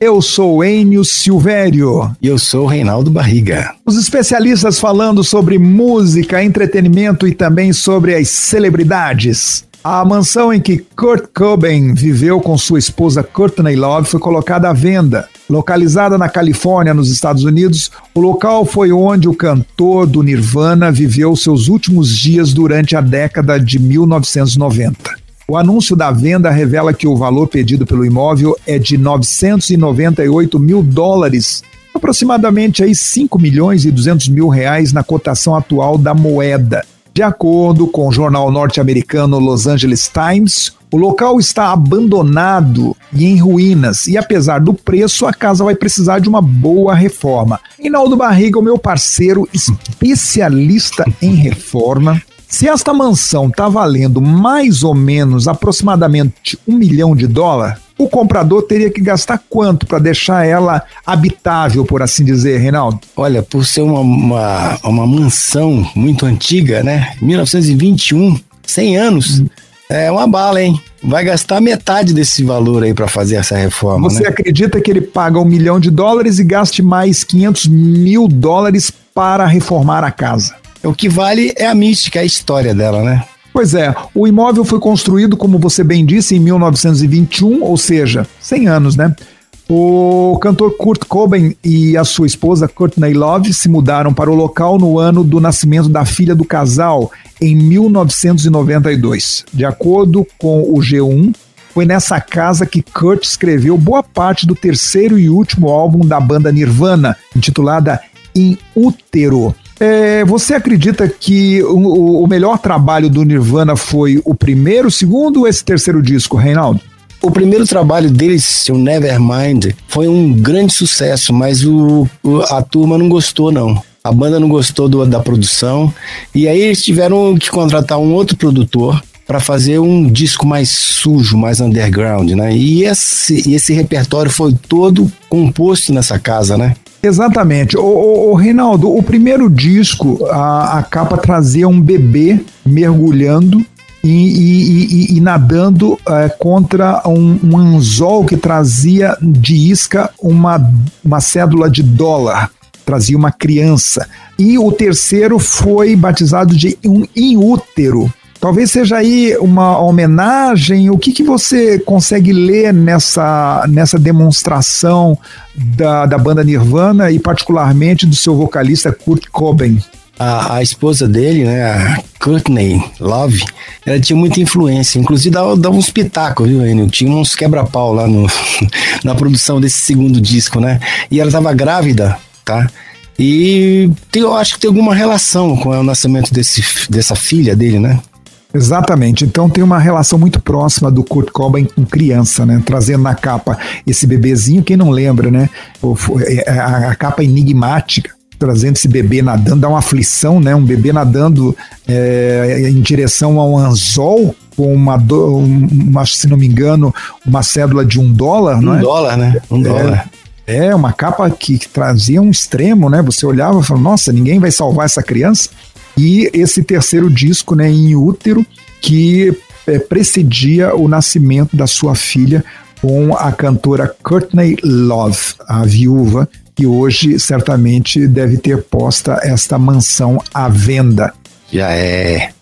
Eu sou Enio Silvério. E eu sou Reinaldo Barriga. Os especialistas falando sobre música, entretenimento e também sobre as celebridades. A mansão em que Kurt Cobain viveu com sua esposa Courtney Love foi colocada à venda. Localizada na Califórnia, nos Estados Unidos, o local foi onde o cantor do Nirvana viveu seus últimos dias durante a década de 1990. O anúncio da venda revela que o valor pedido pelo imóvel é de $998 mil, aproximadamente aí 5 milhões e 200 mil reais na cotação atual da moeda. De acordo com o jornal norte-americano Los Angeles Times, o local está abandonado e em ruínas, e apesar do preço, a casa vai precisar de uma boa reforma. Reinaldo Barriga, o meu parceiro especialista em reforma. Se esta mansão está valendo mais ou menos aproximadamente $1 milhão, o comprador teria que gastar quanto para deixar ela habitável, por assim dizer, Reinaldo? Olha, por ser uma mansão muito antiga, né? 1921, 100 anos, é uma bala, hein? Vai gastar metade desse valor aí para fazer essa reforma. Você né? acredita que ele paga $1 milhão e gaste mais $500 mil para reformar a casa? O que vale é a mística, a história dela, né? Pois é, o imóvel foi construído, como você bem disse, em 1921, ou seja, 100 anos, né? O cantor Kurt Cobain e a sua esposa Courtney Love se mudaram para o local no ano do nascimento da filha do casal, em 1992. De acordo com o G1, foi nessa casa que Kurt escreveu boa parte do terceiro e último álbum da banda Nirvana, intitulada In Utero. Você acredita que o melhor trabalho do Nirvana foi o primeiro, o segundo ou esse terceiro disco, Reinaldo? O primeiro trabalho deles, o Nevermind, foi um grande sucesso, mas a turma não gostou, não. A banda não gostou da produção, e aí eles tiveram que contratar um outro produtor para fazer um disco mais sujo, mais underground, né? E esse repertório foi todo composto nessa casa, né? Exatamente. O Reinaldo, o primeiro disco, a capa trazia um bebê mergulhando e nadando contra um anzol que trazia de isca uma cédula de $1. Trazia uma criança. E o terceiro foi batizado de um In Utero. Talvez seja aí uma homenagem. O que você consegue ler nessa demonstração da banda Nirvana e particularmente do seu vocalista Kurt Cobain? A esposa dele, né, a Courtney Love, ela tinha muita influência, inclusive dava uns pitacos, viu, Enio? Tinha uns quebra-pau lá na produção desse segundo disco, né? E ela estava grávida, tá? E eu acho que tem alguma relação com o nascimento dessa filha dele, né? Exatamente, então tem uma relação muito próxima do Kurt Cobain com criança, né? Trazendo na capa esse bebezinho, quem não lembra, né? A capa enigmática, trazendo esse bebê nadando, dá uma aflição, né? Um bebê nadando em direção a um anzol com se não me engano, uma cédula de $1, não é? $1, né? $1. É uma capa que trazia um extremo, né? Você olhava e falava, nossa, ninguém vai salvar essa criança. E esse terceiro disco, né, In Utero, que precedia o nascimento da sua filha com a cantora Courtney Love, a viúva, que hoje certamente deve ter posta esta mansão à venda. Já é.